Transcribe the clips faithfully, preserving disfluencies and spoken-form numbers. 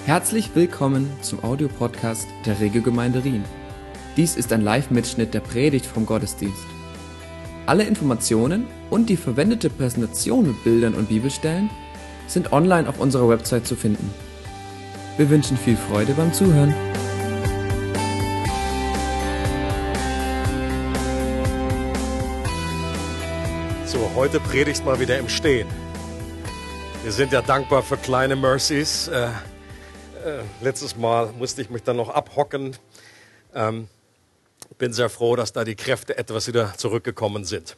Herzlich willkommen zum Audiopodcast der Regiogemeinde Rien. Dies ist ein Live-Mitschnitt der Predigt vom Gottesdienst. Alle Informationen und die verwendete Präsentation mit Bildern und Bibelstellen sind online auf unserer Website zu finden. Wir wünschen viel Freude beim Zuhören. So, heute predigt mal wieder im Stehen. Wir sind ja dankbar für kleine Mercies. Äh, äh, letztes Mal musste ich mich dann noch abhocken. Ähm, bin sehr froh, dass da die Kräfte etwas wieder zurückgekommen sind.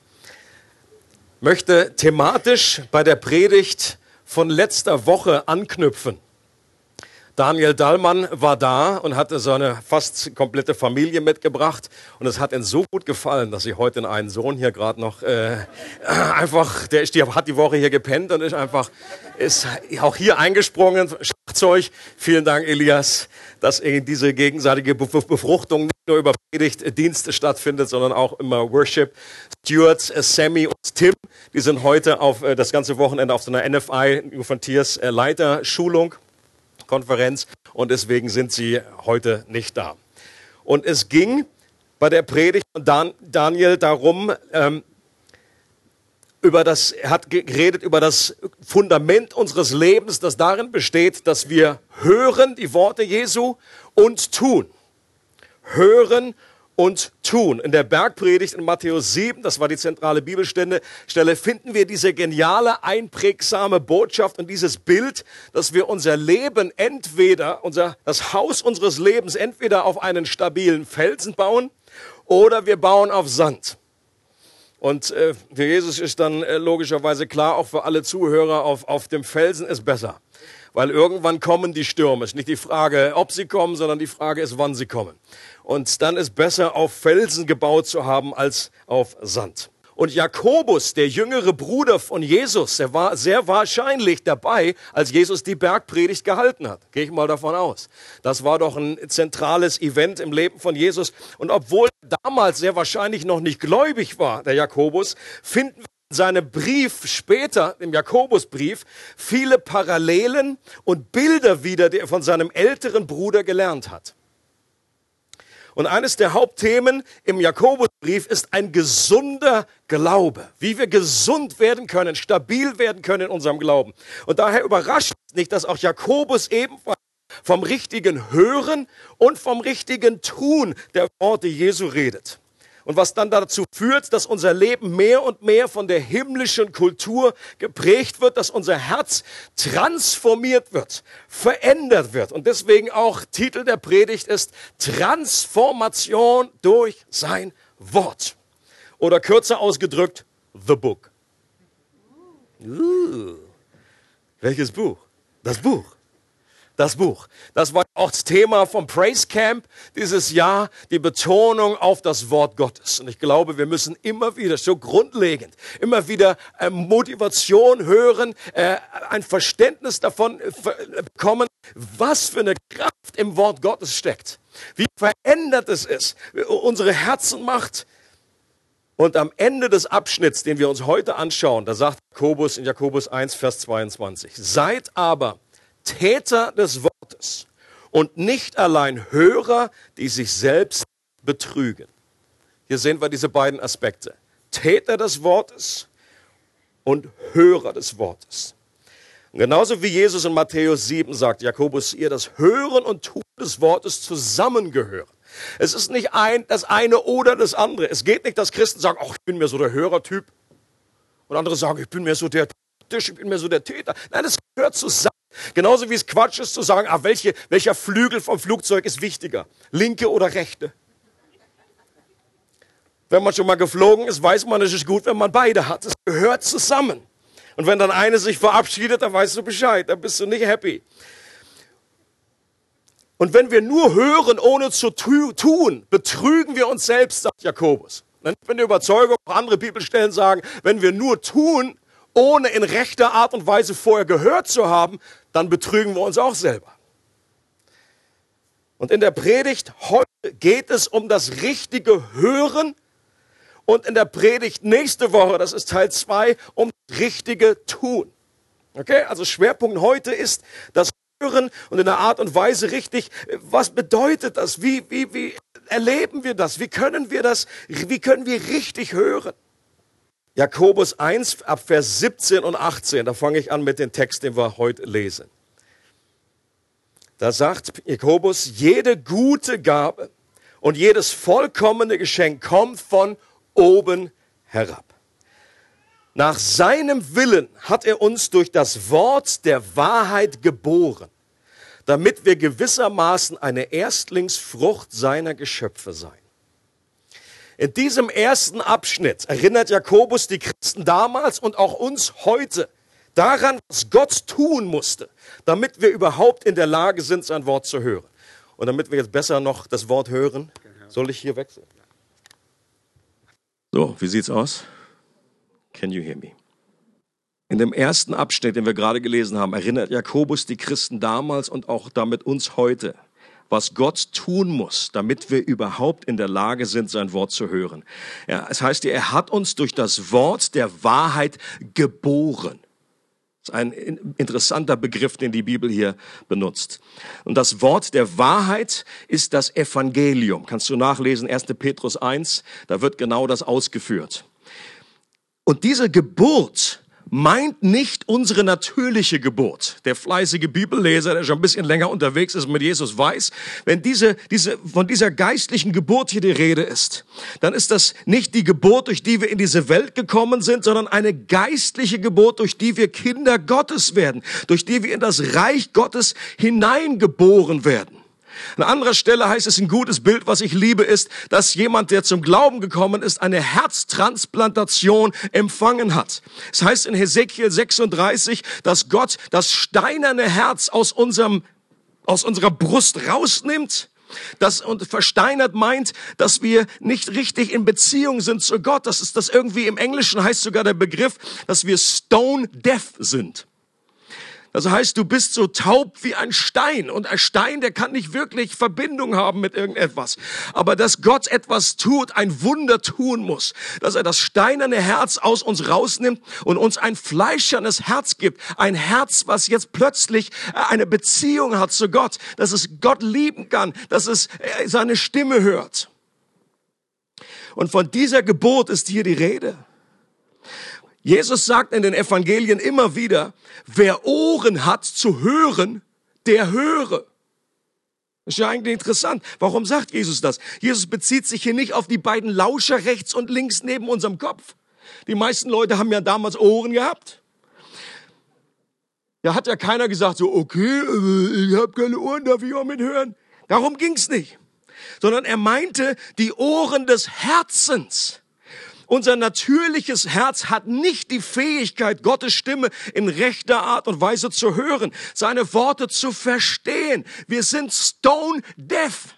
Möchte thematisch bei der Predigt von letzter Woche anknüpfen. Daniel Dallmann war da und hatte seine fast komplette Familie mitgebracht. Und es hat ihm so gut gefallen, dass sie heute einen Sohn hier gerade noch äh, einfach, der ist die, hat die Woche hier gepennt und ist einfach, ist auch hier eingesprungen. Schlagzeug. Vielen Dank, Elias, dass diese gegenseitige Befruchtung nicht nur über Predigtdienste stattfindet, sondern auch immer Worship. Stuart, äh, Sammy und Tim, die sind heute auf äh, das ganze Wochenende auf so einer N F I, New Frontiers äh, Leiterschulung. Konferenz und deswegen sind sie heute nicht da. Und es ging bei der Predigt von Dan, Daniel darum, ähm, über das, er hat geredet über das Fundament unseres Lebens, das darin besteht, dass wir hören die Worte Jesu und tun. Hören und tun. In der Bergpredigt in Matthäus sieben, das war die zentrale Bibelstelle, finden wir diese geniale, einprägsame Botschaft und dieses Bild, dass wir unser Leben entweder, unser, das Haus unseres Lebens entweder auf einen stabilen Felsen bauen oder wir bauen auf Sand. Und äh, für Jesus ist dann äh, logischerweise klar, auch für alle Zuhörer, auf, auf dem Felsen ist besser. Weil irgendwann kommen die Stürme. Es ist nicht die Frage, ob sie kommen, sondern die Frage ist, wann sie kommen. Und dann ist besser, auf Felsen gebaut zu haben, als auf Sand. Und Jakobus, der jüngere Bruder von Jesus, der war sehr wahrscheinlich dabei, als Jesus die Bergpredigt gehalten hat. Gehe ich mal davon aus. Das war doch ein zentrales Event im Leben von Jesus. Und obwohl er damals sehr wahrscheinlich noch nicht gläubig war, der Jakobus, finden wir in seinem Brief später, im Jakobusbrief, viele Parallelen und Bilder wieder, die er von seinem älteren Bruder gelernt hat. Und eines der Hauptthemen im Jakobusbrief ist ein gesunder Glaube. Wie wir gesund werden können, stabil werden können in unserem Glauben. Und daher überrascht es nicht, dass auch Jakobus ebenfalls vom richtigen Hören und vom richtigen Tun der Worte Jesu redet. Und was dann dazu führt, dass unser Leben mehr und mehr von der himmlischen Kultur geprägt wird, dass unser Herz transformiert wird, verändert wird. Und deswegen auch Titel der Predigt ist Transformation durch sein Wort. Oder kürzer ausgedrückt, The Book. Uh, welches Buch? Das Buch. Das Buch. Das war auch das Thema vom Praise Camp dieses Jahr, die Betonung auf das Wort Gottes. Und ich glaube, wir müssen immer wieder, so grundlegend, immer wieder äh, Motivation hören, äh, ein Verständnis davon äh, bekommen, was für eine Kraft im Wort Gottes steckt. Wie verändert es ist, unsere Herzen macht. Und am Ende des Abschnitts, den wir uns heute anschauen, da sagt Jakobus in Jakobus eins, Vers zweiundzwanzig, seid aber Täter des Wortes und nicht allein Hörer, die sich selbst betrügen. Hier sehen wir diese beiden Aspekte. Täter des Wortes und Hörer des Wortes. Und genauso wie Jesus in Matthäus sieben sagt, Jakobus, ihr das Hören und Tun des Wortes zusammengehören. Es ist nicht ein, das eine oder das andere. Es geht nicht, dass Christen sagen, ach, ich bin mehr so der Hörertyp. Und andere sagen, ich bin mehr so der ich bin mehr so der Täter. Nein, das gehört zusammen. Genauso wie es Quatsch ist zu sagen, ach, welche, welcher Flügel vom Flugzeug ist wichtiger? Linke oder rechte? Wenn man schon mal geflogen ist, weiß man, es ist gut, wenn man beide hat. Es gehört zusammen. Und wenn dann eine sich verabschiedet, dann weißt du Bescheid. Dann bist du nicht happy. Und wenn wir nur hören, ohne zu tun, betrügen wir uns selbst, sagt Jakobus. Ich bin der Überzeugung, auch andere Bibelstellen sagen, wenn wir nur tun, ohne in rechter Art und Weise vorher gehört zu haben, dann betrügen wir uns auch selber. Und in der Predigt heute geht es um das richtige Hören und in der Predigt nächste Woche, das ist Teil zwei, um das richtige Tun. Okay, also Schwerpunkt heute ist das hören und in einer Art und Weise richtig, was bedeutet das? Wie, wie, wie erleben wir das? Wie können wir das, wie können wir richtig hören? Jakobus eins, ab Vers siebzehn und achtzehn, da fange ich an mit dem Text, den wir heute lesen. Da sagt Jakobus, jede gute Gabe und jedes vollkommene Geschenk kommt von oben herab. Nach seinem Willen hat er uns durch das Wort der Wahrheit geboren, damit wir gewissermaßen eine Erstlingsfrucht seiner Geschöpfe seien. In diesem ersten Abschnitt erinnert Jakobus die Christen damals und auch uns heute daran, was Gott tun musste, damit wir überhaupt in der Lage sind, sein Wort zu hören. Und damit wir jetzt besser noch das Wort hören, soll ich hier wechseln? So, wie sieht's aus? Can you hear me? In dem ersten Abschnitt, den wir gerade gelesen haben, erinnert Jakobus die Christen damals und auch damit uns heute, was Gott tun muss, damit wir überhaupt in der Lage sind, sein Wort zu hören. Ja, es heißt ja, er hat uns durch das Wort der Wahrheit geboren. Das ist ein interessanter Begriff, den die Bibel hier benutzt. Und das Wort der Wahrheit ist das Evangelium. Kannst du nachlesen, erster Petrus eins, da wird genau das ausgeführt. Und diese Geburt meint nicht unsere natürliche Geburt. Der fleißige Bibelleser, der schon ein bisschen länger unterwegs ist mit Jesus, weiß, wenn diese, diese, von dieser geistlichen Geburt hier die Rede ist, dann ist das nicht die Geburt, durch die wir in diese Welt gekommen sind, sondern eine geistliche Geburt, durch die wir Kinder Gottes werden, durch die wir in das Reich Gottes hineingeboren werden. An anderer Stelle heißt es, ein gutes Bild, was ich liebe, ist, dass jemand, der zum Glauben gekommen ist, eine Herztransplantation empfangen hat. Es heißt in Hesekiel sechsunddreißig, dass Gott das steinerne Herz aus unserem, aus unserer Brust rausnimmt. Das und versteinert meint, dass wir nicht richtig in Beziehung sind zu Gott. Das ist das irgendwie im Englischen heißt sogar der Begriff, dass wir stone deaf sind. Das heißt, du bist so taub wie ein Stein. Und ein Stein, der kann nicht wirklich Verbindung haben mit irgendetwas. Aber dass Gott etwas tut, ein Wunder tun muss. Dass er das steinerne Herz aus uns rausnimmt und uns ein fleischernes Herz gibt. Ein Herz, was jetzt plötzlich eine Beziehung hat zu Gott. Dass es Gott lieben kann. Dass es seine Stimme hört. Und von dieser Geburt ist hier die Rede. Jesus sagt in den Evangelien immer wieder, wer Ohren hat zu hören, der höre. Das ist ja eigentlich interessant. Warum sagt Jesus das? Jesus bezieht sich hier nicht auf die beiden Lauscher rechts und links neben unserem Kopf. Die meisten Leute haben ja damals Ohren gehabt. Ja, hat ja keiner gesagt, so, okay, ich habe keine Ohren, darf ich auch mithören? Darum ging's nicht. Sondern er meinte die Ohren des Herzens. Unser natürliches Herz hat nicht die Fähigkeit, Gottes Stimme in rechter Art und Weise zu hören, seine Worte zu verstehen. Wir sind stone deaf.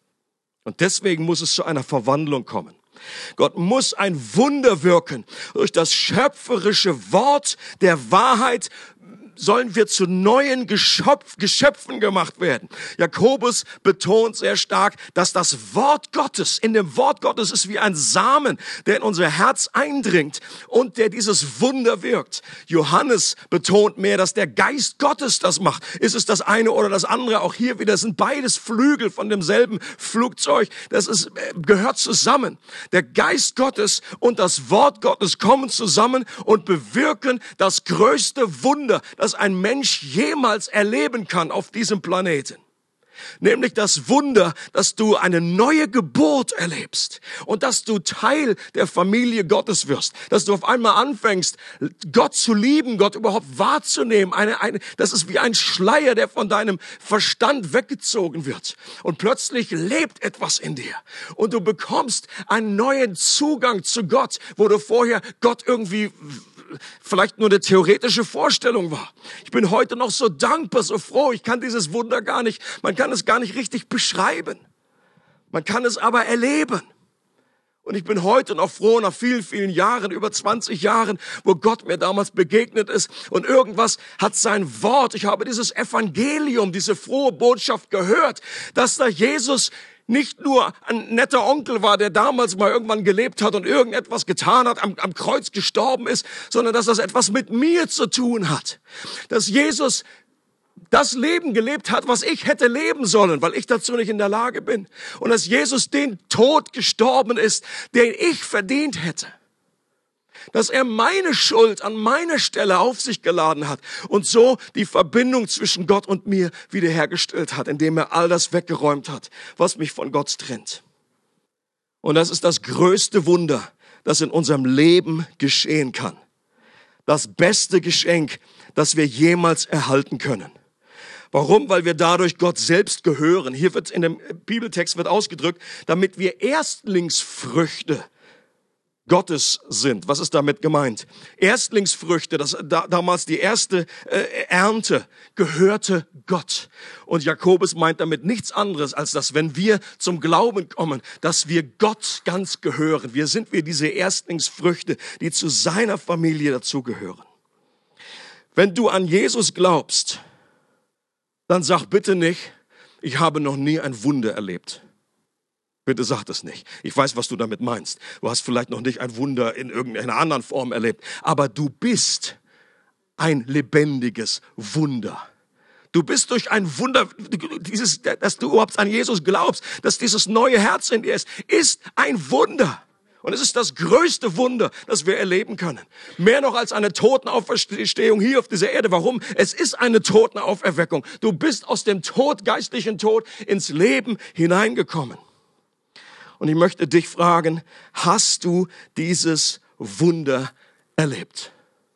Und deswegen muss es zu einer Verwandlung kommen. Gott muss ein Wunder wirken. Durch das schöpferische Wort der Wahrheit sollen wir zu neuen Geschöpf, Geschöpfen gemacht werden. Jakobus betont sehr stark, dass das Wort Gottes, in dem Wort Gottes ist wie ein Samen, der in unser Herz eindringt und der dieses Wunder wirkt. Johannes betont mehr, dass der Geist Gottes das macht. Ist es das eine oder das andere? Auch hier wieder sind beides Flügel von demselben Flugzeug. Das ist, gehört zusammen. Der Geist Gottes und das Wort Gottes kommen zusammen und bewirken das größte Wunder, das ein Mensch jemals erleben kann auf diesem Planeten. Nämlich das Wunder, dass du eine neue Geburt erlebst und dass du Teil der Familie Gottes wirst. Dass du auf einmal anfängst, Gott zu lieben, Gott überhaupt wahrzunehmen. Eine, eine, das ist wie ein Schleier, der von deinem Verstand weggezogen wird. Und plötzlich lebt etwas in dir. Und du bekommst einen neuen Zugang zu Gott, wo du vorher Gott irgendwie vielleicht nur eine theoretische Vorstellung war. Ich bin heute noch so dankbar, so froh. Ich kann dieses Wunder gar nicht, man kann es gar nicht richtig beschreiben. Man kann es aber erleben. Und ich bin heute noch froh, nach vielen, vielen Jahren, über zwanzig Jahren, wo Gott mir damals begegnet ist. Und irgendwas hat sein Wort, ich habe dieses Evangelium, diese frohe Botschaft gehört, dass da Jesus nicht nur ein netter Onkel war, der damals mal irgendwann gelebt hat und irgendetwas getan hat, am, am Kreuz gestorben ist, sondern dass das etwas mit mir zu tun hat. Dass Jesus das Leben gelebt hat, was ich hätte leben sollen, weil ich dazu nicht in der Lage bin. Und dass Jesus den Tod gestorben ist, den ich verdient hätte. Dass er meine Schuld an meiner Stelle auf sich geladen hat und so die Verbindung zwischen Gott und mir wiederhergestellt hat, indem er all das weggeräumt hat, was mich von Gott trennt. Und das ist das größte Wunder, das in unserem Leben geschehen kann. Das beste Geschenk, das wir jemals erhalten können. Warum? Weil wir dadurch Gott selbst gehören. Hier wird in dem Bibeltext wird ausgedrückt, damit wir Erstlingsfrüchte Gottes sind. Was ist damit gemeint? Erstlingsfrüchte, das da, damals die erste äh, Ernte, gehörte Gott. Und Jakobus meint damit nichts anderes, als dass, wenn wir zum Glauben kommen, dass wir Gott ganz gehören. Wir sind wir diese Erstlingsfrüchte, die zu seiner Familie dazugehören. Wenn du an Jesus glaubst, dann sag bitte nicht, ich habe noch nie ein Wunder erlebt. Bitte sag das nicht. Ich weiß, was du damit meinst. Du hast vielleicht noch nicht ein Wunder in irgendeiner anderen Form erlebt. Aber du bist ein lebendiges Wunder. Du bist durch ein Wunder, dieses, dass du überhaupt an Jesus glaubst, dass dieses neue Herz in dir ist, ist ein Wunder. Und es ist das größte Wunder, das wir erleben können. Mehr noch als eine Totenauferstehung hier auf dieser Erde. Warum? Es ist eine Totenauferweckung. Du bist aus dem Tod, geistlichen Tod, ins Leben hineingekommen. Und ich möchte dich fragen, hast du dieses Wunder erlebt?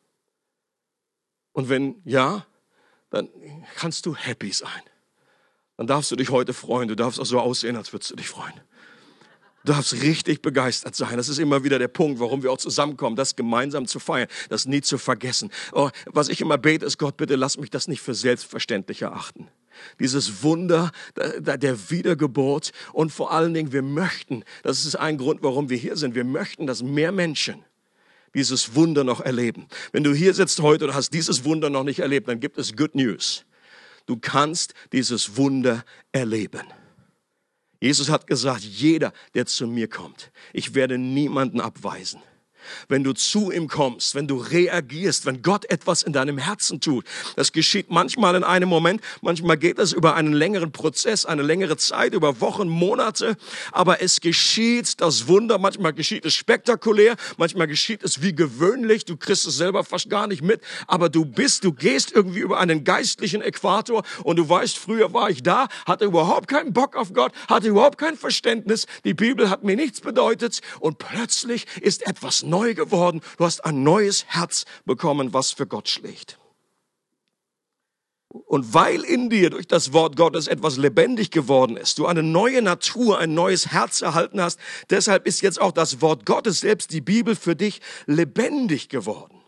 Und wenn ja, dann kannst du happy sein. Dann darfst du dich heute freuen. Du darfst auch so aussehen, als würdest du dich freuen. Du darfst richtig begeistert sein. Das ist immer wieder der Punkt, warum wir auch zusammenkommen, das gemeinsam zu feiern, das nie zu vergessen. Oh, was ich immer bete, ist, Gott, bitte lass mich das nicht für selbstverständlich erachten. Dieses Wunder der Wiedergeburt und vor allen Dingen, wir möchten, das ist ein Grund, warum wir hier sind, wir möchten, dass mehr Menschen dieses Wunder noch erleben. Wenn du hier sitzt heute und hast dieses Wunder noch nicht erlebt, dann gibt es Good News. Du kannst dieses Wunder erleben. Jesus hat gesagt, jeder, der zu mir kommt, ich werde niemanden abweisen. Wenn du zu ihm kommst, wenn du reagierst, wenn Gott etwas in deinem Herzen tut, das geschieht manchmal in einem Moment, manchmal geht es über einen längeren Prozess, eine längere Zeit, über Wochen, Monate, aber es geschieht das Wunder, manchmal geschieht es spektakulär, manchmal geschieht es wie gewöhnlich, du kriegst es selber fast gar nicht mit, aber du bist, du gehst irgendwie über einen geistlichen Äquator und du weißt, früher war ich da, hatte überhaupt keinen Bock auf Gott, hatte überhaupt kein Verständnis, die Bibel hat mir nichts bedeutet und plötzlich ist etwas Neues neu geworden. Du hast ein neues Herz bekommen, was für Gott schlägt. Und weil in dir durch das Wort Gottes etwas lebendig geworden ist, du eine neue Natur, ein neues Herz erhalten hast, deshalb ist jetzt auch das Wort Gottes, selbst die Bibel, für dich lebendig geworden.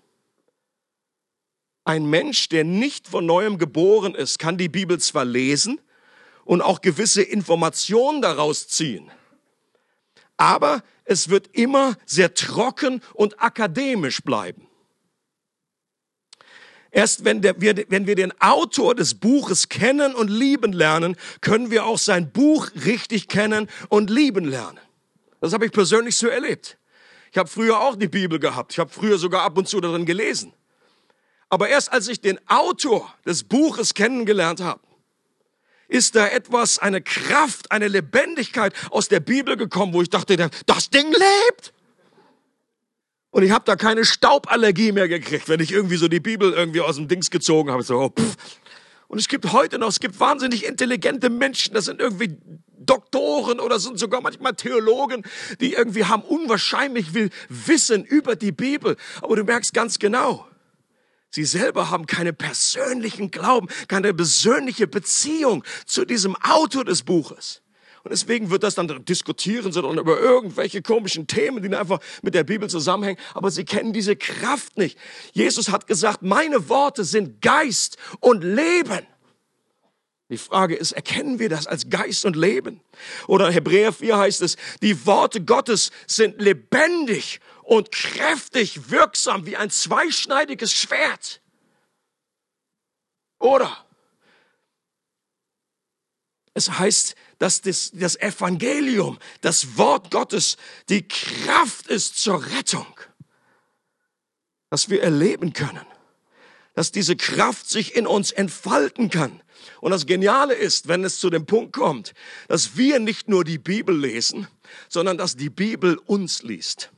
Ein Mensch, der nicht von Neuem geboren ist, kann die Bibel zwar lesen und auch gewisse Informationen daraus ziehen, aber es wird immer sehr trocken und akademisch bleiben. Erst wenn, der, wir, wenn wir den Autor des Buches kennen und lieben lernen, können wir auch sein Buch richtig kennen und lieben lernen. Das habe ich persönlich so erlebt. Ich habe früher auch die Bibel gehabt. Ich habe früher sogar ab und zu darin gelesen. Aber erst als ich den Autor des Buches kennengelernt habe, ist da etwas, eine Kraft, eine Lebendigkeit aus der Bibel gekommen, wo ich dachte, das Ding lebt. Und ich habe da keine Stauballergie mehr gekriegt, wenn ich irgendwie so die Bibel irgendwie aus dem Dings gezogen habe. So, oh, pff. Und es gibt heute noch, es gibt wahnsinnig intelligente Menschen, das sind irgendwie Doktoren oder sind sogar manchmal Theologen, die irgendwie haben unwahrscheinlich viel Wissen über die Bibel. Aber du merkst ganz genau, sie selber haben keine persönlichen Glauben, keine persönliche Beziehung zu diesem Autor des Buches. Und deswegen wird das dann diskutieren sie dann über irgendwelche komischen Themen, die einfach mit der Bibel zusammenhängen. Aber sie kennen diese Kraft nicht. Jesus hat gesagt, meine Worte sind Geist und Leben. Die Frage ist, erkennen wir das als Geist und Leben? Oder Hebräer vier heißt es, die Worte Gottes sind lebendig und kräftig, wirksam wie ein zweischneidiges Schwert. Oder es heißt, dass das, das Evangelium, das Wort Gottes, die Kraft ist zur Rettung. Dass wir erleben können, dass diese Kraft sich in uns entfalten kann. Und das Geniale ist, wenn es zu dem Punkt kommt, dass wir nicht nur die Bibel lesen, sondern dass die Bibel uns liest.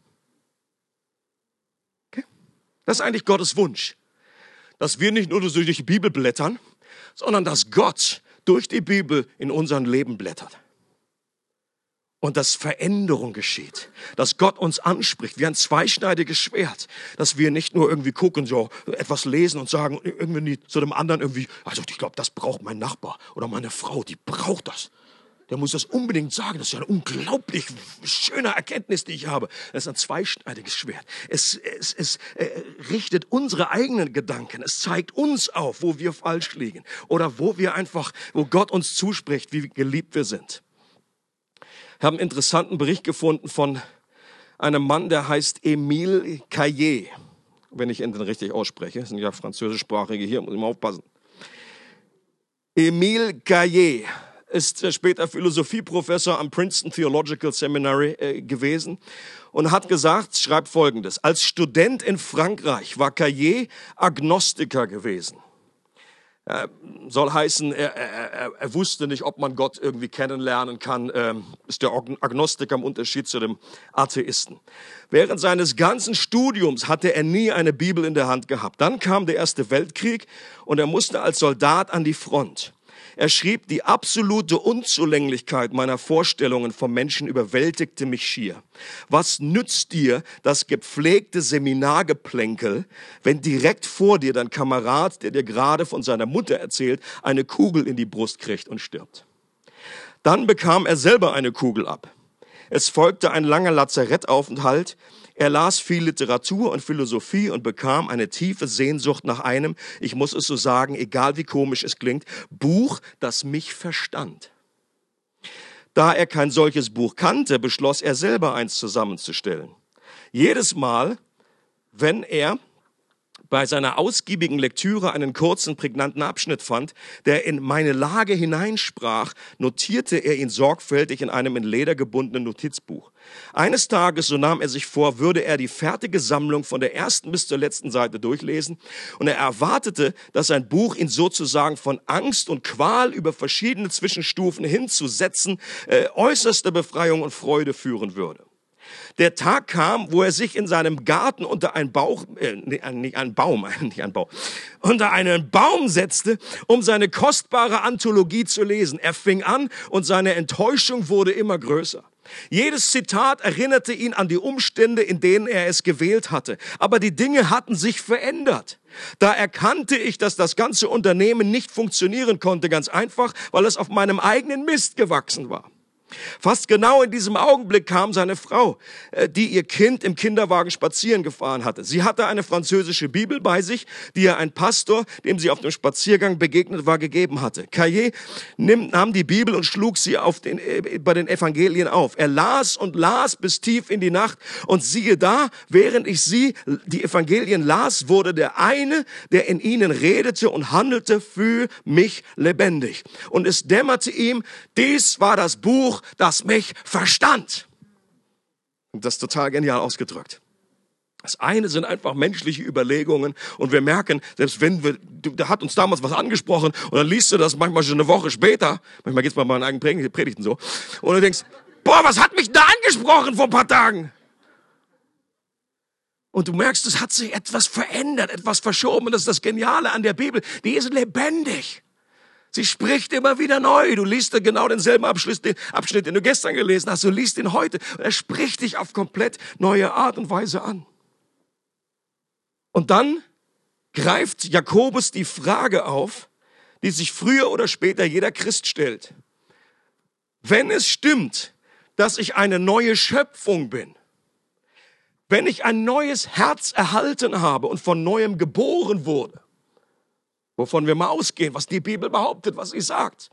Okay? Das ist eigentlich Gottes Wunsch. Dass wir nicht nur durch die Bibel blättern, sondern dass Gott durch die Bibel in unserem Leben blättert. Und dass Veränderung geschieht, dass Gott uns anspricht wie ein zweischneidiges Schwert, dass wir nicht nur irgendwie gucken, so etwas lesen und sagen irgendwie zu dem anderen irgendwie, also ich glaube, das braucht mein Nachbar oder meine Frau, die braucht das. Der muss das unbedingt sagen, das ist ja eine unglaublich schöne Erkenntnis, die ich habe. Das ist ein zweischneidiges Schwert. Es, es, es äh, richtet unsere eigenen Gedanken, es zeigt uns auf, wo wir falsch liegen oder wo wir einfach, wo Gott uns zuspricht, wie geliebt wir sind. Ich habe einen interessanten Bericht gefunden von einem Mann, der heißt Émile Caillé, wenn ich ihn denn richtig ausspreche. Das sind ja französischsprachige hier, muss ich mal aufpassen. Émile Caillé ist später Philosophieprofessor am Princeton Theological Seminary äh, gewesen und hat gesagt, schreibt Folgendes: Als Student in Frankreich war Caillé Agnostiker gewesen. Äh, soll heißen, er, er, er wusste nicht, ob man Gott irgendwie kennenlernen kann. Ähm, ist der Agnostiker im Unterschied zu dem Atheisten. Während seines ganzen Studiums hatte er nie eine Bibel in der Hand gehabt. Dann kam der Erste Weltkrieg und er musste als Soldat an die Front. Er schrieb, die absolute Unzulänglichkeit meiner Vorstellungen vom Menschen überwältigte mich schier. Was nützt dir das gepflegte Seminargeplänkel, wenn direkt vor dir dein Kamerad, der dir gerade von seiner Mutter erzählt, eine Kugel in die Brust kriegt und stirbt? Dann bekam er selber eine Kugel ab. Es folgte ein langer Lazarettaufenthalt. Er las viel Literatur und Philosophie und bekam eine tiefe Sehnsucht nach einem, ich muss es so sagen, egal wie komisch es klingt, Buch, das mich verstand. Da er kein solches Buch kannte, beschloss er selber eins zusammenzustellen. Jedes Mal, wenn er bei seiner ausgiebigen Lektüre einen kurzen, prägnanten Abschnitt fand, der in meine Lage hineinsprach, notierte er ihn sorgfältig in einem in Leder gebundenen Notizbuch. Eines Tages, so nahm er sich vor, würde er die fertige Sammlung von der ersten bis zur letzten Seite durchlesen, und er erwartete, dass sein Buch ihn sozusagen von Angst und Qual über verschiedene Zwischenstufen hinzusetzen, äh, äußerste Befreiung und Freude führen würde. Der Tag kam, wo er sich in seinem Garten unter einen Bauch, äh, nicht einen Baum, nicht einen Baum, unter einen Baum setzte, um seine kostbare Anthologie zu lesen. Er fing an und seine Enttäuschung wurde immer größer. Jedes Zitat erinnerte ihn an die Umstände, in denen er es gewählt hatte. Aber die Dinge hatten sich verändert. Da erkannte ich, dass das ganze Unternehmen nicht funktionieren konnte, ganz einfach, weil es auf meinem eigenen Mist gewachsen war. Fast genau in diesem Augenblick kam seine Frau, die ihr Kind im Kinderwagen spazieren gefahren hatte. Sie hatte eine französische Bibel bei sich, die ihr ein Pastor, dem sie auf dem Spaziergang begegnet war, gegeben hatte. Caillé nahm die Bibel und schlug sie auf den, bei den Evangelien auf. Er las und las bis tief in die Nacht, und siehe da, während ich sie, die Evangelien las, wurde der eine, der in ihnen redete und handelte, für mich lebendig. Und es dämmerte ihm, dies war das Buch, das mich verstand. Und das ist total genial ausgedrückt. Das eine sind einfach menschliche Überlegungen, und wir merken, selbst wenn wir, da hat uns damals was angesprochen, und dann liest du das manchmal schon eine Woche später, manchmal geht's bei meinen eigenen Predigten so, und du denkst, boah, was hat mich da angesprochen vor ein paar Tagen? Und du merkst, es hat sich etwas verändert, etwas verschoben, und das ist das Geniale an der Bibel, die ist lebendig. Sie spricht immer wieder neu. Du liest genau denselben Abschnitt, den Abschnitt, den du gestern gelesen hast. Du liest ihn heute. Und er spricht dich auf komplett neue Art und Weise an. Und dann greift Jakobus die Frage auf, die sich früher oder später jeder Christ stellt. Wenn es stimmt, dass ich eine neue Schöpfung bin, wenn ich ein neues Herz erhalten habe und von Neuem geboren wurde, wovon wir mal ausgehen, was die Bibel behauptet, was sie sagt.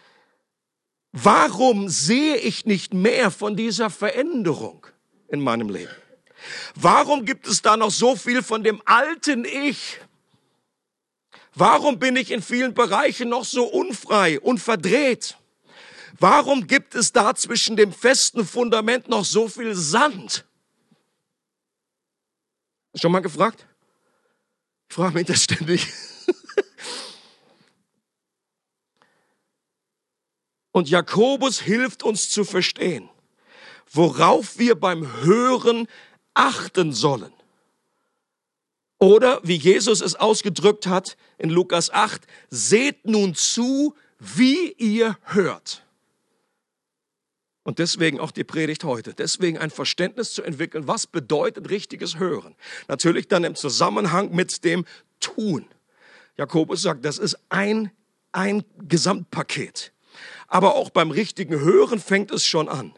Warum sehe ich nicht mehr von dieser Veränderung in meinem Leben? Warum gibt es da noch so viel von dem alten Ich? Warum bin ich in vielen Bereichen noch so unfrei und verdreht? Warum gibt es da zwischen dem festen Fundament noch so viel Sand? Schon mal gefragt? Ich frage mich das ständig. Und Jakobus hilft uns zu verstehen, worauf wir beim Hören achten sollen. Oder, wie Jesus es ausgedrückt hat in Lukas acht, seht nun zu, wie ihr hört. Und deswegen auch die Predigt heute. Deswegen ein Verständnis zu entwickeln, was bedeutet richtiges Hören. Natürlich dann im Zusammenhang mit dem Tun. Jakobus sagt, das ist ein, ein Gesamtpaket. Aber auch beim richtigen Hören fängt es schon an.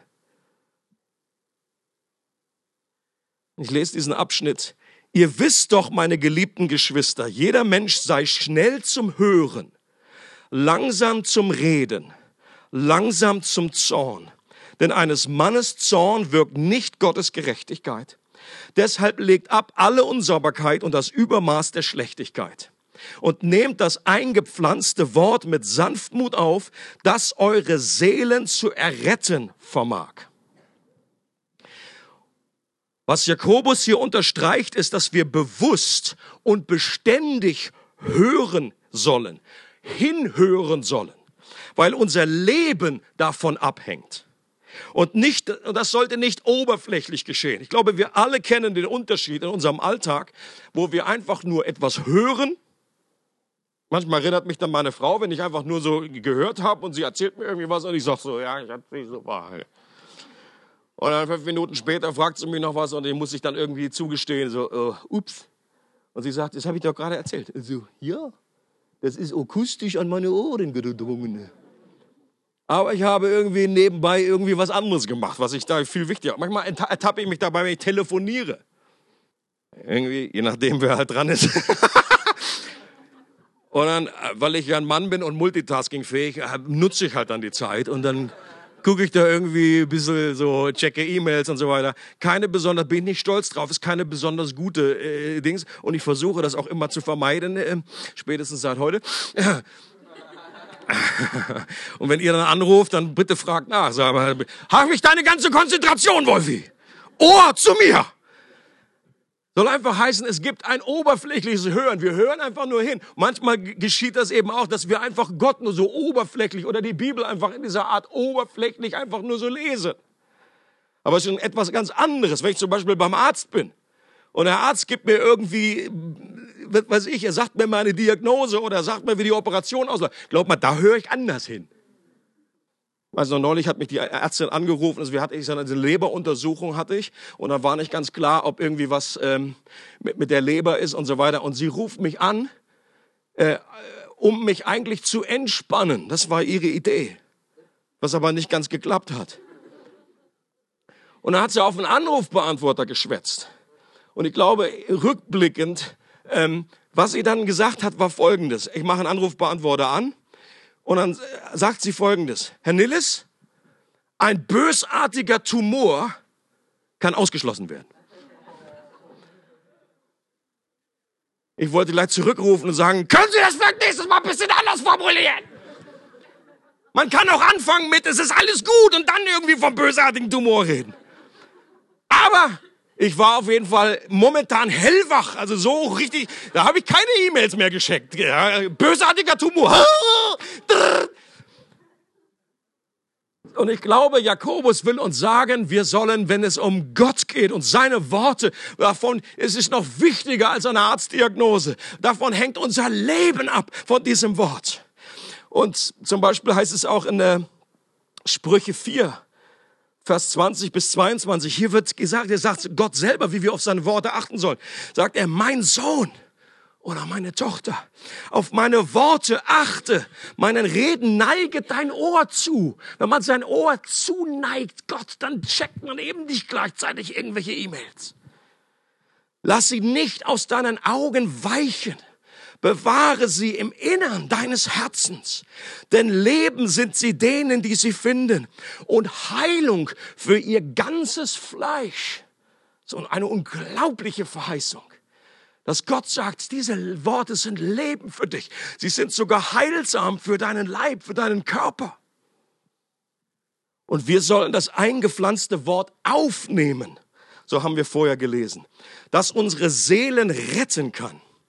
Ich lese diesen Abschnitt. Ihr wisst doch, meine geliebten Geschwister, jeder Mensch sei schnell zum Hören, langsam zum Reden, langsam zum Zorn. Denn eines Mannes Zorn wirkt nicht Gottes Gerechtigkeit. Deshalb legt ab alle Unsauberkeit und das Übermaß der Schlechtigkeit. Und nehmt das eingepflanzte Wort mit Sanftmut auf, das eure Seelen zu erretten vermag. Was Jakobus hier unterstreicht, ist, dass wir bewusst und beständig hören sollen, hinhören sollen, weil unser Leben davon abhängt. Und nicht, und das sollte nicht oberflächlich geschehen. Ich glaube, wir alle kennen den Unterschied in unserem Alltag, wo wir einfach nur etwas hören. Manchmal erinnert mich dann meine Frau, wenn ich einfach nur so gehört habe und sie erzählt mir irgendwie was und ich sage so, ja, ich habe nicht so wahr. Und dann fünf Minuten später fragt sie mich noch was und ich muss ich dann irgendwie zugestehen, so, uh, ups. Und sie sagt, das habe ich doch gerade erzählt. So, ja, das ist akustisch an meine Ohren gedrungen. Aber ich habe irgendwie nebenbei irgendwie was anderes gemacht, was ich da viel wichtiger. Manchmal ertappe ich mich dabei, wenn ich telefoniere. Irgendwie, je nachdem, wer halt dran ist. Und dann, weil ich ja ein Mann bin und multitaskingfähig, nutze ich halt dann die Zeit und dann gucke ich da irgendwie ein bisschen so, checke E-Mails und so weiter. Keine besonders, bin ich nicht stolz drauf, ist keine besonders gute äh, Dings. Und ich versuche das auch immer zu vermeiden, äh, spätestens seit heute. Und wenn ihr dann anruft, dann bitte fragt nach. Sag mal, habe ich deine ganze Konzentration, Wolfi? Ohr zu mir! Soll einfach heißen, es gibt ein oberflächliches Hören. Wir hören einfach nur hin. Manchmal geschieht das eben auch, dass wir einfach Gott nur so oberflächlich oder die Bibel einfach in dieser Art oberflächlich einfach nur so lesen. Aber es ist etwas ganz anderes, wenn ich zum Beispiel beim Arzt bin und der Arzt gibt mir irgendwie, was weiß ich, er sagt mir meine Diagnose oder er sagt mir, wie die Operation ausläuft. Glaub mal, da höre ich anders hin. Also neulich hat mich die Ärztin angerufen, also wir hatten ich eine Leberuntersuchung hatte ich und dann war nicht ganz klar, ob irgendwie was ähm, mit, mit der Leber ist und so weiter. Und sie ruft mich an, äh, um mich eigentlich zu entspannen. Das war ihre Idee, was aber nicht ganz geklappt hat. Und dann hat sie auf einen Anrufbeantworter geschwätzt. Und ich glaube, rückblickend, ähm, was sie dann gesagt hat, war Folgendes. Ich mache einen Anrufbeantworter an. Und dann sagt sie Folgendes. Herr Nilles, ein bösartiger Tumor kann ausgeschlossen werden. Ich wollte gleich zurückrufen und sagen, können Sie das vielleicht nächstes Mal ein bisschen anders formulieren? Man kann auch anfangen mit, es ist alles gut und dann irgendwie vom bösartigen Tumor reden. Aber ich war auf jeden Fall momentan hellwach, also so richtig, da habe ich keine E-Mails mehr gescheckt. Ja, bösartiger Tumor. Und ich glaube, Jakobus will uns sagen, wir sollen, wenn es um Gott geht und seine Worte, davon, es ist noch wichtiger als eine Arztdiagnose. Davon hängt unser Leben ab, von diesem Wort. Und zum Beispiel heißt es auch in der Sprüche vier, Vers zwanzig bis zweiundzwanzig, hier wird gesagt, er sagt Gott selber, wie wir auf seine Worte achten sollen. Sagt er, mein Sohn oder meine Tochter, auf meine Worte achte, meinen Reden neige dein Ohr zu. Wenn man sein Ohr zuneigt, Gott, dann checkt man eben nicht gleichzeitig irgendwelche E-Mails. Lass sie nicht aus deinen Augen weichen. Bewahre sie im Innern deines Herzens, denn Leben sind sie denen, die sie finden, und Heilung für ihr ganzes Fleisch. So eine unglaubliche Verheißung, dass Gott sagt, diese Worte sind Leben für dich. Sie sind sogar heilsam für deinen Leib, für deinen Körper. Und wir sollen das eingepflanzte Wort aufnehmen, so haben wir vorher gelesen, das unsere Seelen retten kann.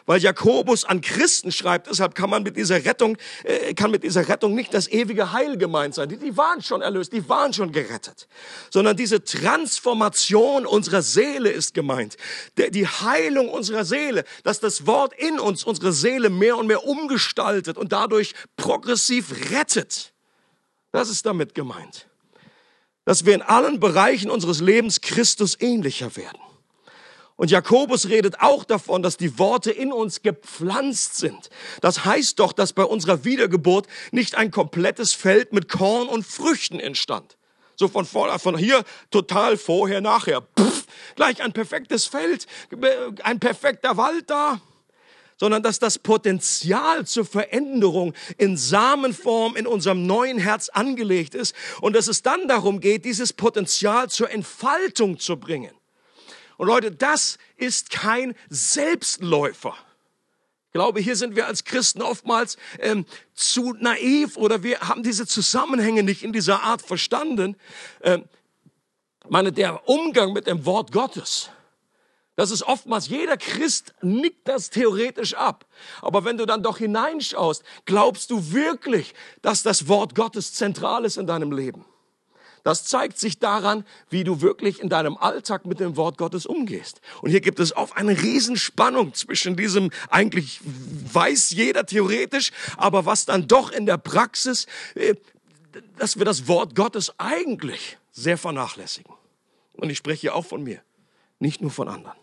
weil Jakobus an Christen schreibt. Deshalb kann man mit dieser Rettung, äh, kann mit dieser Rettung nicht das ewige Heil gemeint sein. Die, die waren schon erlöst, die waren schon gerettet. Sondern diese Transformation unserer Seele ist gemeint. Der, die Heilung unserer Seele, dass das Wort in uns unsere Seele mehr und mehr umgestaltet und dadurch progressiv rettet. Das ist damit gemeint. Dass wir in allen Bereichen unseres Lebens Christus ähnlicher werden. Und Jakobus redet auch davon, dass die Worte in uns gepflanzt sind. Das heißt doch, dass bei unserer Wiedergeburt nicht ein komplettes Feld mit Korn und Früchten entstand. So von, vor, von hier total vorher, nachher. Pff, gleich ein perfektes Feld, ein perfekter Wald da. Sondern dass das Potenzial zur Veränderung in Samenform in unserem neuen Herz angelegt ist und dass es dann darum geht, dieses Potenzial zur Entfaltung zu bringen. Und Leute, das ist kein Selbstläufer. Ich glaube, hier sind wir als Christen oftmals ähm, zu naiv oder wir haben diese Zusammenhänge nicht in dieser Art verstanden. Ähm, ich meine, der Umgang mit dem Wort Gottes, das ist oftmals, jeder Christ nickt das theoretisch ab. Aber wenn du dann doch hineinschaust, glaubst du wirklich, dass das Wort Gottes zentral ist in deinem Leben? Das zeigt sich daran, wie du wirklich in deinem Alltag mit dem Wort Gottes umgehst. Und hier gibt es oft eine Riesenspannung zwischen diesem, eigentlich weiß jeder theoretisch, aber was dann doch in der Praxis, dass wir das Wort Gottes eigentlich sehr vernachlässigen. Und ich spreche hier auch von mir, nicht nur von anderen.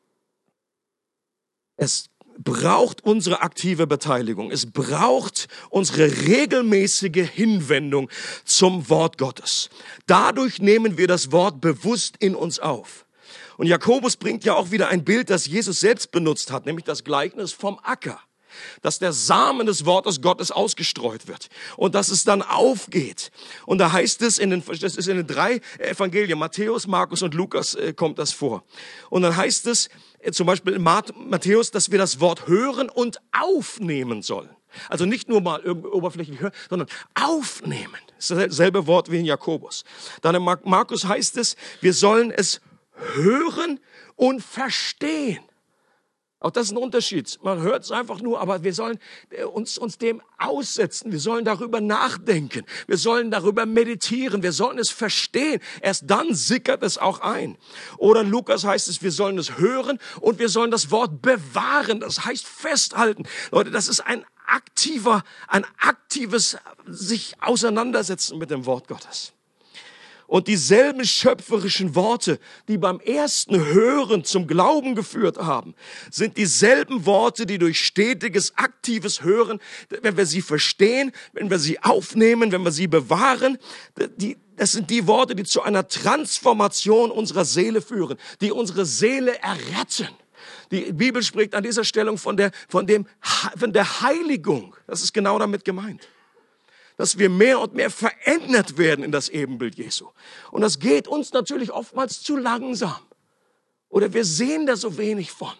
Es braucht unsere aktive Beteiligung. Es braucht unsere regelmäßige Hinwendung zum Wort Gottes. Dadurch nehmen wir das Wort bewusst in uns auf. Und Jakobus bringt ja auch wieder ein Bild, das Jesus selbst benutzt hat, nämlich das Gleichnis vom Acker. Dass der Samen des Wortes Gottes ausgestreut wird und dass es dann aufgeht. Und da heißt es, in den, das ist in den drei Evangelien, Matthäus, Markus und Lukas äh, kommt das vor. Und dann heißt es äh, zum Beispiel in Matthäus, dass wir das Wort hören und aufnehmen sollen. Also nicht nur mal oberflächlich hören, sondern aufnehmen. Das ist dasselbe Wort wie in Jakobus. Dann in Markus heißt es, wir sollen es hören und verstehen. Auch das ist ein Unterschied. Man hört es einfach nur, aber wir sollen uns, uns dem aussetzen. Wir sollen darüber nachdenken. Wir sollen darüber meditieren. Wir sollen es verstehen. Erst dann sickert es auch ein. Oder in Lukas heißt es, wir sollen es hören und wir sollen das Wort bewahren. Das heißt festhalten. Leute, das ist ein aktiver, ein aktives sich auseinandersetzen mit dem Wort Gottes. Und dieselben schöpferischen Worte, die beim ersten Hören zum Glauben geführt haben, sind dieselben Worte, die durch stetiges, aktives Hören, wenn wir sie verstehen, wenn wir sie aufnehmen, wenn wir sie bewahren, die, das sind die Worte, die zu einer Transformation unserer Seele führen, die unsere Seele erretten. Die Bibel spricht an dieser Stelle von der, von dem, von der Heiligung. Das ist genau damit gemeint. Dass wir mehr und mehr verändert werden in das Ebenbild Jesu. Und das geht uns natürlich oftmals zu langsam. Oder wir sehen da so wenig von.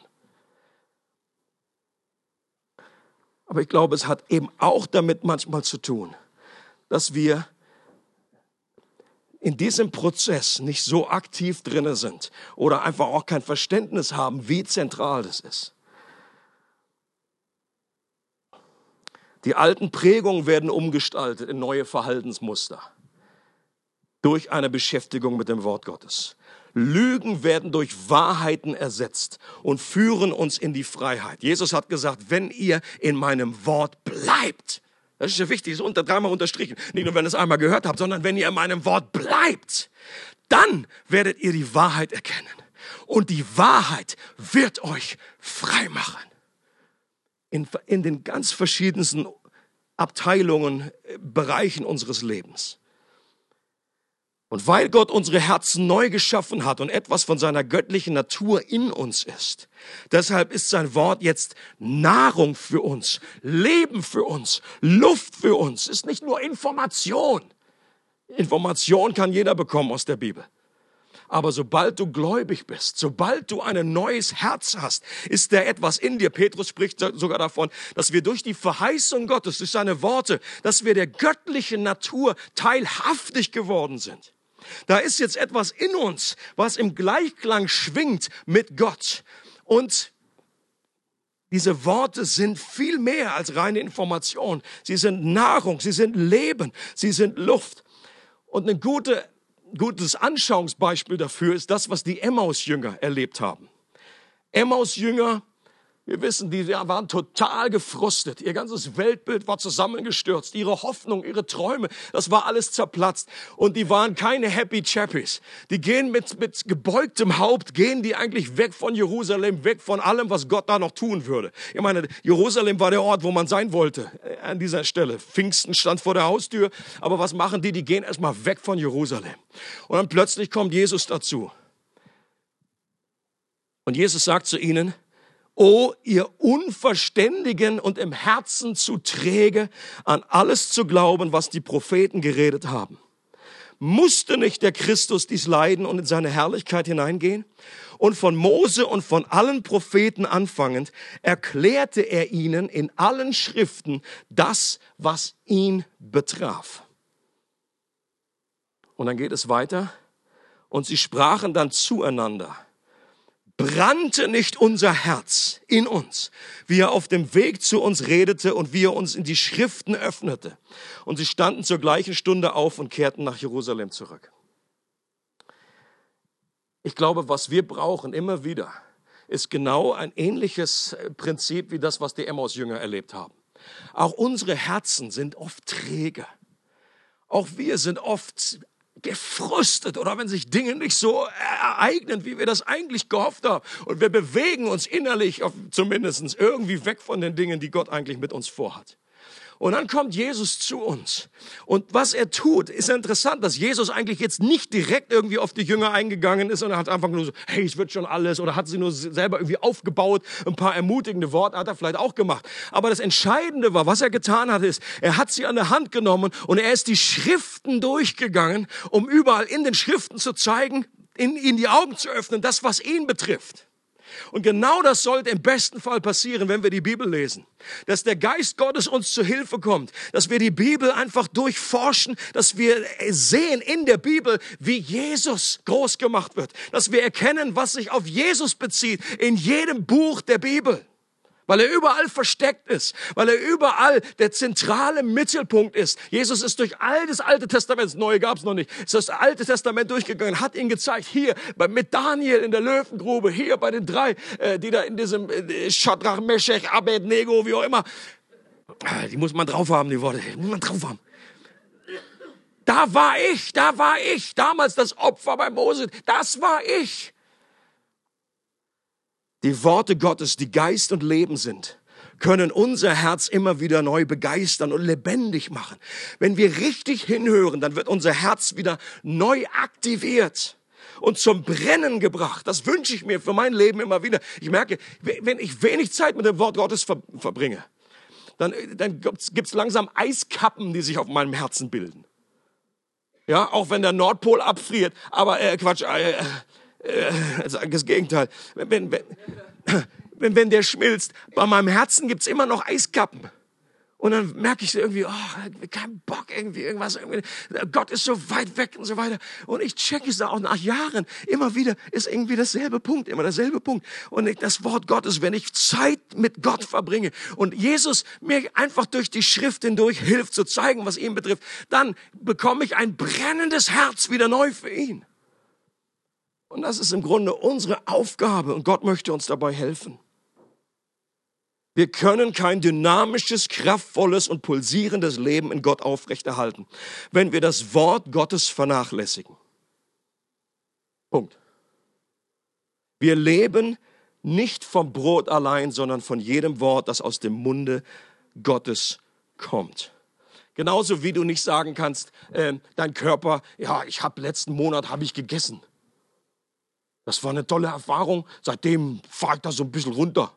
Aber ich glaube, es hat eben auch damit manchmal zu tun, dass wir in diesem Prozess nicht so aktiv drin sind oder einfach auch kein Verständnis haben, wie zentral das ist. Die alten Prägungen werden umgestaltet in neue Verhaltensmuster durch eine Beschäftigung mit dem Wort Gottes. Lügen werden durch Wahrheiten ersetzt und führen uns in die Freiheit. Jesus hat gesagt, wenn ihr in meinem Wort bleibt, das ist ja wichtig, das ist unter, dreimal unterstrichen, nicht nur wenn ihr es einmal gehört habt, sondern wenn ihr in meinem Wort bleibt, dann werdet ihr die Wahrheit erkennen. Und die Wahrheit wird euch frei machen. In, in den ganz verschiedensten Abteilungen, Bereichen unseres Lebens. Und weil Gott unsere Herzen neu geschaffen hat und etwas von seiner göttlichen Natur in uns ist, deshalb ist sein Wort jetzt Nahrung für uns, Leben für uns, Luft für uns. Es ist nicht nur Information. Information kann jeder bekommen aus der Bibel. Aber sobald du gläubig bist, sobald du ein neues Herz hast, ist da etwas in dir. Petrus spricht sogar davon, dass wir durch die Verheißung Gottes, durch seine Worte, dass wir der göttlichen Natur teilhaftig geworden sind. Da ist jetzt etwas in uns, was im Gleichklang schwingt mit Gott. Und Diese Worte sind viel mehr als reine Information. Sie sind Nahrung, sie sind Leben, sie sind Luft. Und ein gute, gutes Anschauungsbeispiel dafür ist das, was die Emmaus-Jünger erlebt haben. Emmaus-Jünger, wir wissen, die waren total gefrustet. Ihr ganzes Weltbild war zusammengestürzt. Ihre Hoffnung, ihre Träume, das war alles zerplatzt. Und die waren keine Happy Chappies. Die gehen mit, mit gebeugtem Haupt, gehen die eigentlich weg von Jerusalem, weg von allem, was Gott da noch tun würde. Ich meine, Jerusalem war der Ort, wo man sein wollte an dieser Stelle. Pfingsten stand vor der Haustür. Aber was machen die? Die gehen erstmal weg von Jerusalem. Und dann plötzlich kommt Jesus dazu. Und Jesus sagt zu ihnen, O ihr Unverständigen und im Herzen zu träge, an alles zu glauben, was die Propheten geredet haben. Musste nicht der Christus dies leiden und in seine Herrlichkeit hineingehen? Und von Mose und von allen Propheten anfangend erklärte er ihnen in allen Schriften das, was ihn betraf. Und dann geht es weiter. Und sie sprachen dann zueinander. Brannte nicht unser Herz in uns, wie er auf dem Weg zu uns redete und wie er uns in die Schriften öffnete. Und sie standen zur gleichen Stunde auf und kehrten nach Jerusalem zurück. Ich glaube, was wir brauchen immer wieder, ist genau ein ähnliches Prinzip wie das, was die Emmaus-Jünger erlebt haben. Auch unsere Herzen sind oft träge. Auch wir sind oft gefrustet oder wenn sich Dinge nicht so ereignen, wie wir das eigentlich gehofft haben. Und wir bewegen uns innerlich auf, zumindest irgendwie weg von den Dingen, die Gott eigentlich mit uns vorhat. Und dann kommt Jesus zu uns. Und was er tut, ist interessant, dass Jesus eigentlich jetzt nicht direkt irgendwie auf die Jünger eingegangen ist und er hat einfach nur so, hey, es wird schon alles, oder hat sie nur selber irgendwie aufgebaut. Ein paar ermutigende Worte hat er vielleicht auch gemacht. Aber das Entscheidende war, was er getan hat, ist, er hat sie an der Hand genommen und er ist die Schriften durchgegangen, um überall in den Schriften zu zeigen, in ihnen die Augen zu öffnen, das, was ihn betrifft. Und genau das sollte im besten Fall passieren, wenn wir die Bibel lesen. Dass der Geist Gottes uns zu Hilfe kommt. Dass wir die Bibel einfach durchforschen. Dass wir sehen in der Bibel, wie Jesus groß gemacht wird. Dass wir erkennen, was sich auf Jesus bezieht in jedem Buch der Bibel. Weil er überall versteckt ist, weil er überall der zentrale Mittelpunkt ist. Jesus ist durch all das Alte Testament, das Neue gab es noch nicht, ist das Alte Testament durchgegangen, hat ihn gezeigt, hier mit Daniel in der Löwengrube, hier bei den drei, die da in diesem Shadrach, Meshach, Abednego, wie auch immer, die muss man drauf haben, die Worte, die muss man drauf haben. Da war ich, da war ich, damals das Opfer bei Mose, das war ich. Die Worte Gottes, die Geist und Leben sind, können unser Herz immer wieder neu begeistern und lebendig machen. Wenn wir richtig hinhören, dann wird unser Herz wieder neu aktiviert und zum Brennen gebracht. Das wünsche ich mir für mein Leben immer wieder. Ich merke, wenn ich wenig Zeit mit dem Wort Gottes verbringe, dann, dann gibt's langsam Eiskappen, die sich auf meinem Herzen bilden. Ja, auch wenn der Nordpol abfriert, aber äh, Quatsch, äh, das Gegenteil. Wenn, wenn, wenn, wenn der schmilzt, bei meinem Herzen gibt's immer noch Eiskappen. Und dann merke ich irgendwie, oh, kein Bock irgendwie, irgendwas. Irgendwie. Gott ist so weit weg und so weiter. Und ich checke es da auch nach Jahren. Immer wieder ist irgendwie dasselbe Punkt, immer derselbe Punkt. Und das Wort Gottes, wenn ich Zeit mit Gott verbringe und Jesus mir einfach durch die Schrift hindurch hilft zu zeigen, was ihn betrifft, dann bekomme ich ein brennendes Herz wieder neu für ihn. Und das ist im Grunde unsere Aufgabe und Gott möchte uns dabei helfen. Wir können kein dynamisches, kraftvolles und pulsierendes Leben in Gott aufrechterhalten, wenn wir das Wort Gottes vernachlässigen. Punkt. Wir leben nicht vom Brot allein, sondern von jedem Wort, das aus dem Munde Gottes kommt. Genauso wie du nicht sagen kannst, äh, dein Körper, ja, ich habe letzten Monat habe ich gegessen. Das war eine tolle Erfahrung. Seitdem fahre ich da so ein bisschen runter.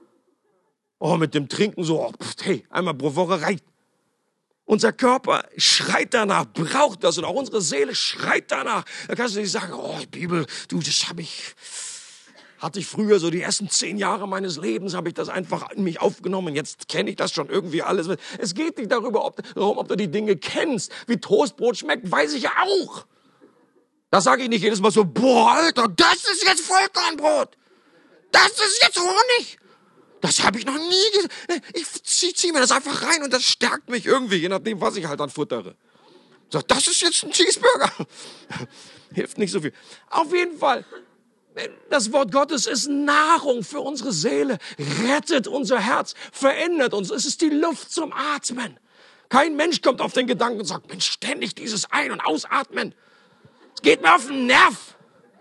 Oh, mit dem Trinken so, oh, pff, hey, einmal pro Woche reicht. Unser Körper schreit danach, braucht das und auch unsere Seele schreit danach. Da kannst du nicht sagen, oh, Bibel, du, das habe ich, hatte ich früher so die ersten zehn Jahre meines Lebens, habe ich das einfach in mich aufgenommen. Jetzt kenne ich das schon irgendwie alles. Es geht nicht darüber, ob, darum, ob du die Dinge kennst. Wie Toastbrot schmeckt, weiß ich ja auch. Da sage ich nicht jedes Mal so, boah, Alter, das ist jetzt Vollkornbrot. Das ist jetzt Honig. Das habe ich noch nie gesehen. Ich ziehe zieh mir das einfach rein und das stärkt mich irgendwie, je nachdem, was ich halt dann futtere. So, das ist jetzt ein Cheeseburger. Hilft nicht so viel. Auf jeden Fall, das Wort Gottes ist Nahrung für unsere Seele, rettet unser Herz, verändert uns. Es ist die Luft zum Atmen. Kein Mensch kommt auf den Gedanken und sagt, Mensch, ständig dieses Ein- und Ausatmen. Es geht mir auf den Nerv.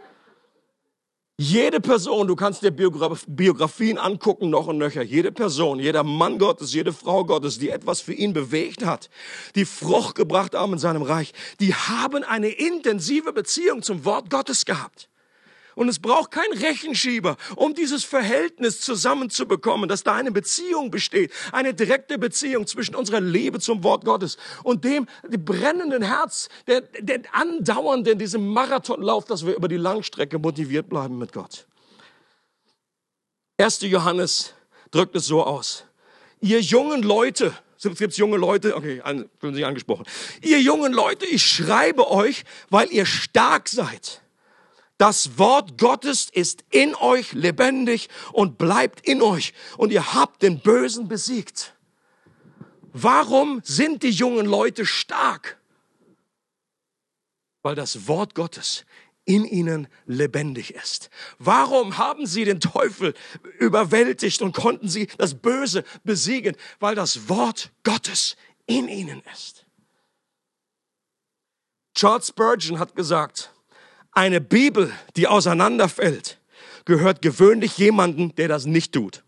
Jede Person, du kannst dir Biograf- Biografien angucken, noch und nöcher. Jede Person, jeder Mann Gottes, jede Frau Gottes, die etwas für ihn bewegt hat, die Frucht gebracht haben in seinem Reich, die haben eine intensive Beziehung zum Wort Gottes gehabt. Und es braucht keinen Rechenschieber, um dieses Verhältnis zusammenzubekommen, dass da eine Beziehung besteht, eine direkte Beziehung zwischen unserer Liebe zum Wort Gottes und dem brennenden Herz, der, der andauernden, diesem Marathonlauf, dass wir über die Langstrecke motiviert bleiben mit Gott. erster Johannes drückt es so aus. Ihr jungen Leute, gibt es junge Leute? Okay, fühlen sich angesprochen. Ihr jungen Leute, ich schreibe euch, weil ihr stark seid. Das Wort Gottes ist in euch lebendig und bleibt in euch. Und ihr habt den Bösen besiegt. Warum sind die jungen Leute stark? Weil das Wort Gottes in ihnen lebendig ist. Warum haben sie den Teufel überwältigt und konnten sie das Böse besiegen? Weil das Wort Gottes in ihnen ist. Charles Spurgeon hat gesagt, eine Bibel, die auseinanderfällt, gehört gewöhnlich jemandem, der das nicht tut.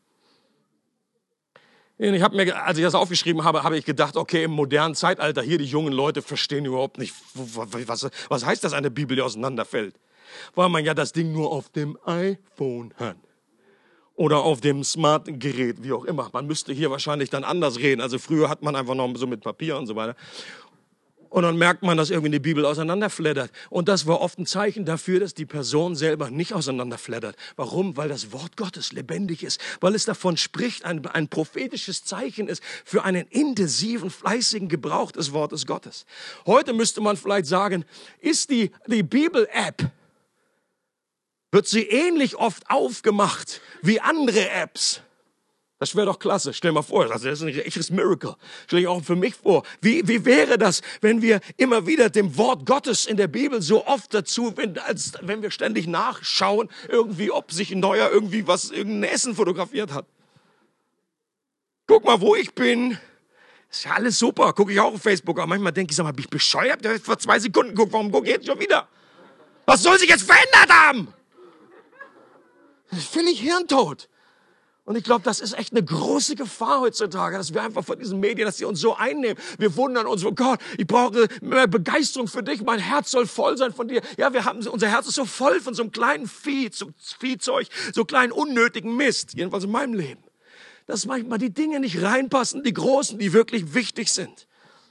Ich habe mir, als ich das aufgeschrieben habe, habe ich gedacht, okay, im modernen Zeitalter hier, die jungen Leute verstehen überhaupt nicht, was, was heißt das, eine Bibel, die auseinanderfällt? Weil man ja das Ding nur auf dem iPhone hat. Oder auf dem Smart-Gerät, wie auch immer. Man müsste hier wahrscheinlich dann anders reden. Also früher hat man einfach noch so mit Papier und so weiter. Und dann merkt man, dass irgendwie die Bibel auseinanderflattert. Und das war oft ein Zeichen dafür, dass die Person selber nicht auseinanderflattert. Warum? Weil das Wort Gottes lebendig ist. Weil es davon spricht, ein, ein prophetisches Zeichen ist für einen intensiven, fleißigen Gebrauch des Wortes Gottes. Heute müsste man vielleicht sagen, ist die, die Bibel-App, wird sie ähnlich oft aufgemacht wie andere Apps? Das wäre doch klasse. Stell dir mal vor, das ist ein echtes Miracle. Stell dir auch für mich vor. Wie, wie wäre das, wenn wir immer wieder dem Wort Gottes in der Bibel so oft dazu, wenn, als wenn wir ständig nachschauen, irgendwie, ob sich ein Neuer irgendwie was, irgendein Essen fotografiert hat. Guck mal, wo ich bin. Ist ja alles super. Gucke ich auch auf Facebook. Aber manchmal denke ich, sag mal, bin ich bescheuert? Der hat vor zwei Sekunden geguckt. Warum gucke ich jetzt schon wieder? Was soll sich jetzt verändert haben? Das ist völlig hirntot. Und ich glaube, das ist echt eine große Gefahr heutzutage, dass wir einfach von diesen Medien, dass sie uns so einnehmen. Wir wundern uns, oh Gott, ich brauche mehr Begeisterung für dich, mein Herz soll voll sein von dir. Ja, wir haben, unser Herz ist so voll von so einem kleinen Vieh, so Viehzeug, so kleinen unnötigen Mist, jedenfalls in meinem Leben. Dass manchmal die Dinge nicht reinpassen, die großen, die wirklich wichtig sind.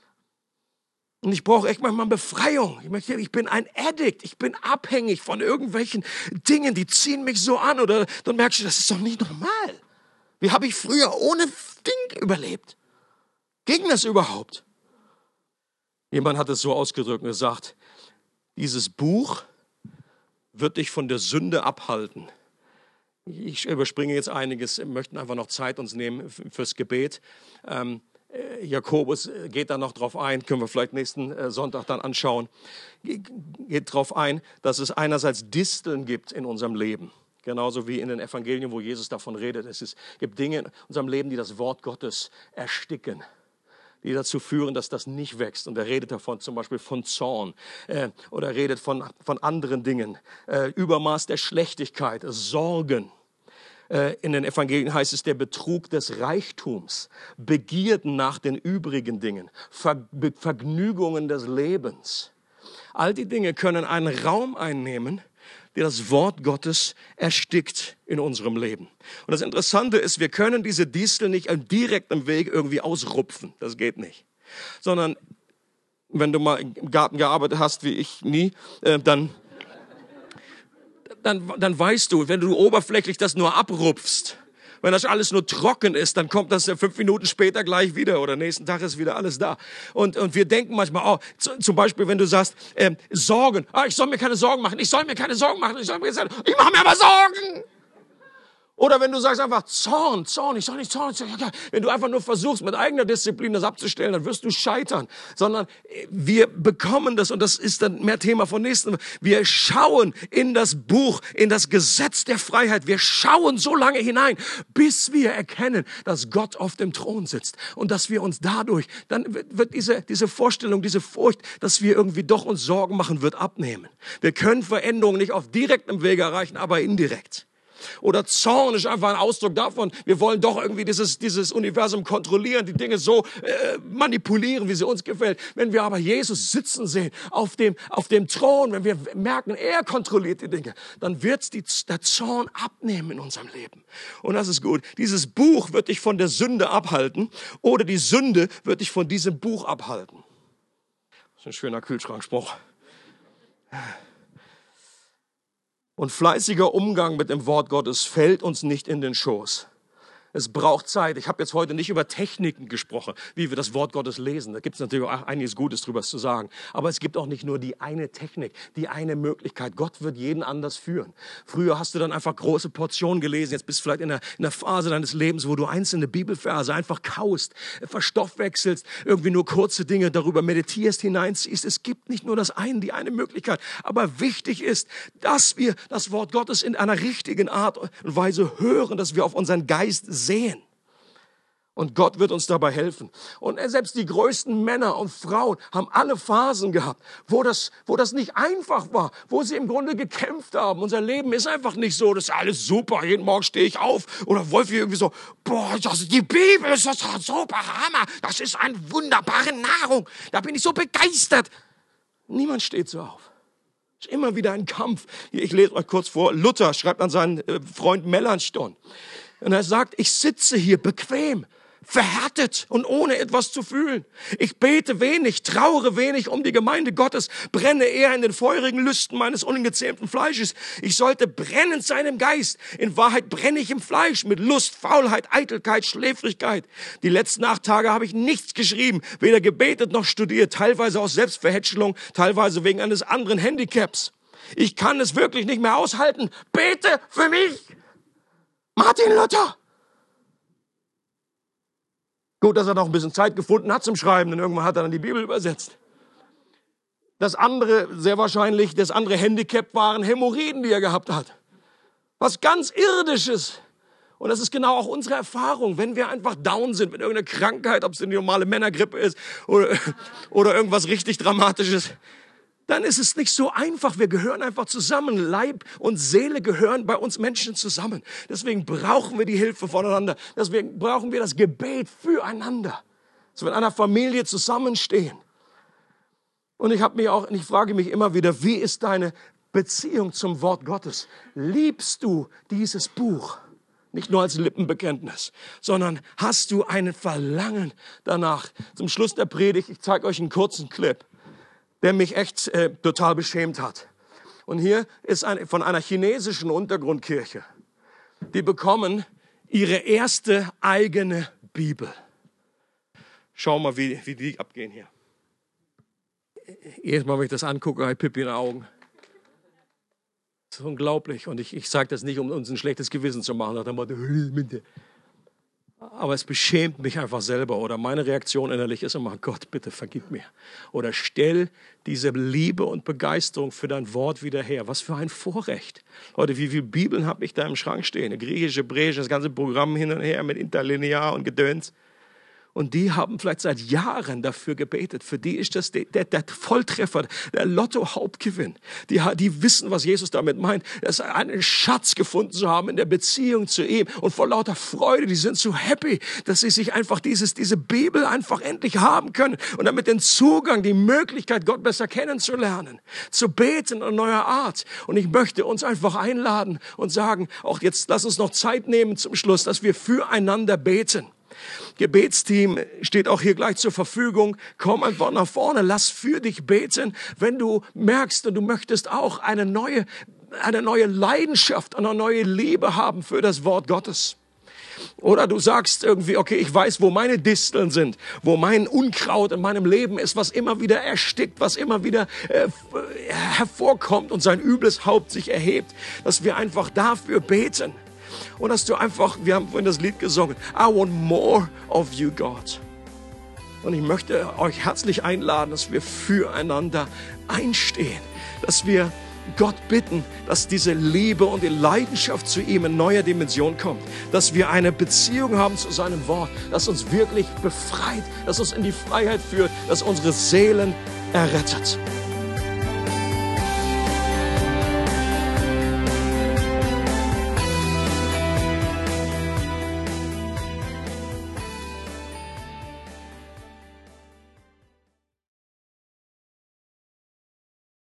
Und ich brauche echt manchmal Befreiung. Ich, möchte, ich bin ein Addict. Ich bin abhängig von irgendwelchen Dingen, die ziehen mich so an. Oder dann merkst du, das ist doch nicht normal. Wie habe ich früher ohne Ding überlebt? Ging das überhaupt? Jemand hat es so ausgedrückt und gesagt, dieses Buch wird dich von der Sünde abhalten. Ich überspringe jetzt einiges, wir möchten einfach noch Zeit uns nehmen fürs Gebet. Ähm, Jakobus geht da noch drauf ein, können wir vielleicht nächsten äh, Sonntag dann anschauen, geht drauf ein, dass es einerseits Disteln gibt in unserem Leben, genauso wie in den Evangelien, wo Jesus davon redet. Es ist, gibt Dinge in unserem Leben, die das Wort Gottes ersticken, die dazu führen, dass das nicht wächst. Und er redet davon zum Beispiel von Zorn äh, oder redet von, von anderen Dingen, äh, Übermaß der Schlechtigkeit, Sorgen. In den Evangelien heißt es der Betrug des Reichtums, Begierden nach den übrigen Dingen, Ver- Vergnügungen des Lebens. All die Dinge können einen Raum einnehmen, der das Wort Gottes erstickt in unserem Leben. Und das Interessante ist, wir können diese Distel nicht am direkten Weg irgendwie ausrupfen. Das geht nicht. Sondern wenn du mal im Garten gearbeitet hast, wie ich nie, äh, dann... Dann, dann weißt du, wenn du oberflächlich das nur abrupfst, wenn das alles nur trocken ist, dann kommt das fünf Minuten später gleich wieder oder nächsten Tag ist wieder alles da. Und, und wir denken manchmal, oh, z- zum Beispiel, wenn du sagst, ähm, Sorgen, ah, ich soll mir keine Sorgen machen, ich soll mir keine Sorgen machen, ich soll mir keine Sorgen, ich mache mir aber Sorgen. Oder wenn du sagst einfach Zorn, Zorn, ich soll nicht Zorn, wenn du einfach nur versuchst, mit eigener Disziplin das abzustellen, dann wirst du scheitern. Sondern wir bekommen das, und das ist dann mehr Thema von nächsten. Wir schauen in das Buch, in das Gesetz der Freiheit. Wir schauen so lange hinein, bis wir erkennen, dass Gott auf dem Thron sitzt. Und dass wir uns dadurch, dann wird diese, diese Vorstellung, diese Furcht, dass wir irgendwie doch uns Sorgen machen, wird abnehmen. Wir können Veränderungen nicht auf direktem Wege erreichen, aber indirekt. Oder Zorn ist einfach ein Ausdruck davon, wir wollen doch irgendwie dieses, dieses Universum kontrollieren, die Dinge so äh, manipulieren, wie sie uns gefällt. Wenn wir aber Jesus sitzen sehen auf dem, auf dem Thron, wenn wir merken, er kontrolliert die Dinge, dann wird die, der Zorn abnehmen in unserem Leben. Und das ist gut. Dieses Buch wird dich von der Sünde abhalten oder die Sünde wird dich von diesem Buch abhalten. Das ist ein schöner Kühlschrankspruch. Und fleißiger Umgang mit dem Wort Gottes fällt uns nicht in den Schoß. Es braucht Zeit. Ich habe jetzt heute nicht über Techniken gesprochen, wie wir das Wort Gottes lesen. Da gibt es natürlich auch einiges Gutes drüber zu sagen. Aber es gibt auch nicht nur die eine Technik, die eine Möglichkeit. Gott wird jeden anders führen. Früher hast du dann einfach große Portionen gelesen. Jetzt bist du vielleicht in der, in der Phase deines Lebens, wo du einzelne Bibelverse einfach kaust, verstoffwechselst, irgendwie nur kurze Dinge darüber meditierst, hineinziehst. Es gibt nicht nur das eine, die eine Möglichkeit. Aber wichtig ist, dass wir das Wort Gottes in einer richtigen Art und Weise hören, dass wir auf unseren Geist sehen. Und Gott wird uns dabei helfen. Und selbst die größten Männer und Frauen haben alle Phasen gehabt, wo das, wo das nicht einfach war, wo sie im Grunde gekämpft haben. Unser Leben ist einfach nicht so, das ist alles super, jeden Morgen stehe ich auf. Oder Wolfi irgendwie so, boah, das ist die Bibel, das ist super Hammer, das ist eine wunderbare Nahrung, da bin ich so begeistert. Niemand steht so auf. Es ist immer wieder ein Kampf. Hier, ich lese euch kurz vor, Luther schreibt an seinen Freund Melanchthon. Und er sagt, ich sitze hier bequem, verhärtet und ohne etwas zu fühlen. Ich bete wenig, trauere wenig um die Gemeinde Gottes, brenne eher in den feurigen Lüsten meines ungezähmten Fleisches. Ich sollte brennend sein im Geist. In Wahrheit brenne ich im Fleisch mit Lust, Faulheit, Eitelkeit, Schläfrigkeit. Die letzten acht Tage habe ich nichts geschrieben, weder gebetet noch studiert, teilweise aus Selbstverhätschelung, teilweise wegen eines anderen Handicaps. Ich kann es wirklich nicht mehr aushalten. Bete für mich! Martin Luther. Gut, dass er noch ein bisschen Zeit gefunden hat zum Schreiben, denn irgendwann hat er dann die Bibel übersetzt. Das andere, sehr wahrscheinlich, das andere Handicap waren Hämorrhoiden, die er gehabt hat. Was ganz Irdisches. Und das ist genau auch unsere Erfahrung, wenn wir einfach down sind mit irgendeiner Krankheit, ob es eine normale Männergrippe ist oder, oder irgendwas richtig Dramatisches. Dann ist es nicht so einfach. Wir gehören einfach zusammen. Leib und Seele gehören bei uns Menschen zusammen. Deswegen brauchen wir die Hilfe voneinander. Deswegen brauchen wir das Gebet füreinander. Dass wir in einer Familie zusammenstehen. Und ich habe mich auch, ich frage mich immer wieder, wie ist deine Beziehung zum Wort Gottes? Liebst du dieses Buch? Nicht nur als Lippenbekenntnis, sondern hast du ein Verlangen danach? Zum Schluss der Predigt, ich zeige euch einen kurzen Clip, der mich echt äh, total beschämt hat. Und hier ist ein, von einer chinesischen Untergrundkirche. Die bekommen ihre erste eigene Bibel. Schau mal, wie, wie die abgehen hier. Jedes Mal, wenn ich das angucke, habe ich Pipi in den Augen. Das ist unglaublich. Und ich, ich sage das nicht, um uns ein schlechtes Gewissen zu machen. Aber es beschämt mich einfach selber. Oder meine Reaktion innerlich ist immer, Gott, bitte vergib mir. Oder stell diese Liebe und Begeisterung für dein Wort wieder her. Was für ein Vorrecht. Leute, wie viele Bibeln habe ich da im Schrank stehen? Griechisch, Hebräisch, das ganze Programm hin und her mit Interlinear und Gedöns. Und die haben vielleicht seit Jahren dafür gebetet. Für die ist das der, der, der Volltreffer, der Lotto-Hauptgewinn. Die, die wissen, was Jesus damit meint. Das ist einen Schatz gefunden zu haben in der Beziehung zu ihm. Und vor lauter Freude, die sind so happy, dass sie sich einfach dieses, diese Bibel einfach endlich haben können. Und damit den Zugang, die Möglichkeit, Gott besser kennenzulernen. Zu beten in neuer Art. Und ich möchte uns einfach einladen und sagen, auch jetzt lass uns noch Zeit nehmen zum Schluss, dass wir füreinander beten. Gebetsteam steht auch hier gleich zur Verfügung. Komm einfach nach vorne, lass für dich beten. Wenn du merkst und du möchtest auch eine neue, eine neue Leidenschaft, eine neue Liebe haben für das Wort Gottes. Oder du sagst irgendwie, okay, ich weiß, wo meine Disteln sind, wo mein Unkraut in meinem Leben ist, was immer wieder erstickt, was immer wieder äh, hervorkommt und sein übles Haupt sich erhebt, dass wir einfach dafür beten. Und dass du einfach, wir haben vorhin das Lied gesungen, I want more of you, God. Und ich möchte euch herzlich einladen, dass wir füreinander einstehen, dass wir Gott bitten, dass diese Liebe und die Leidenschaft zu ihm in neuer Dimension kommt, dass wir eine Beziehung haben zu seinem Wort, das uns wirklich befreit, das uns in die Freiheit führt, das unsere Seelen errettet.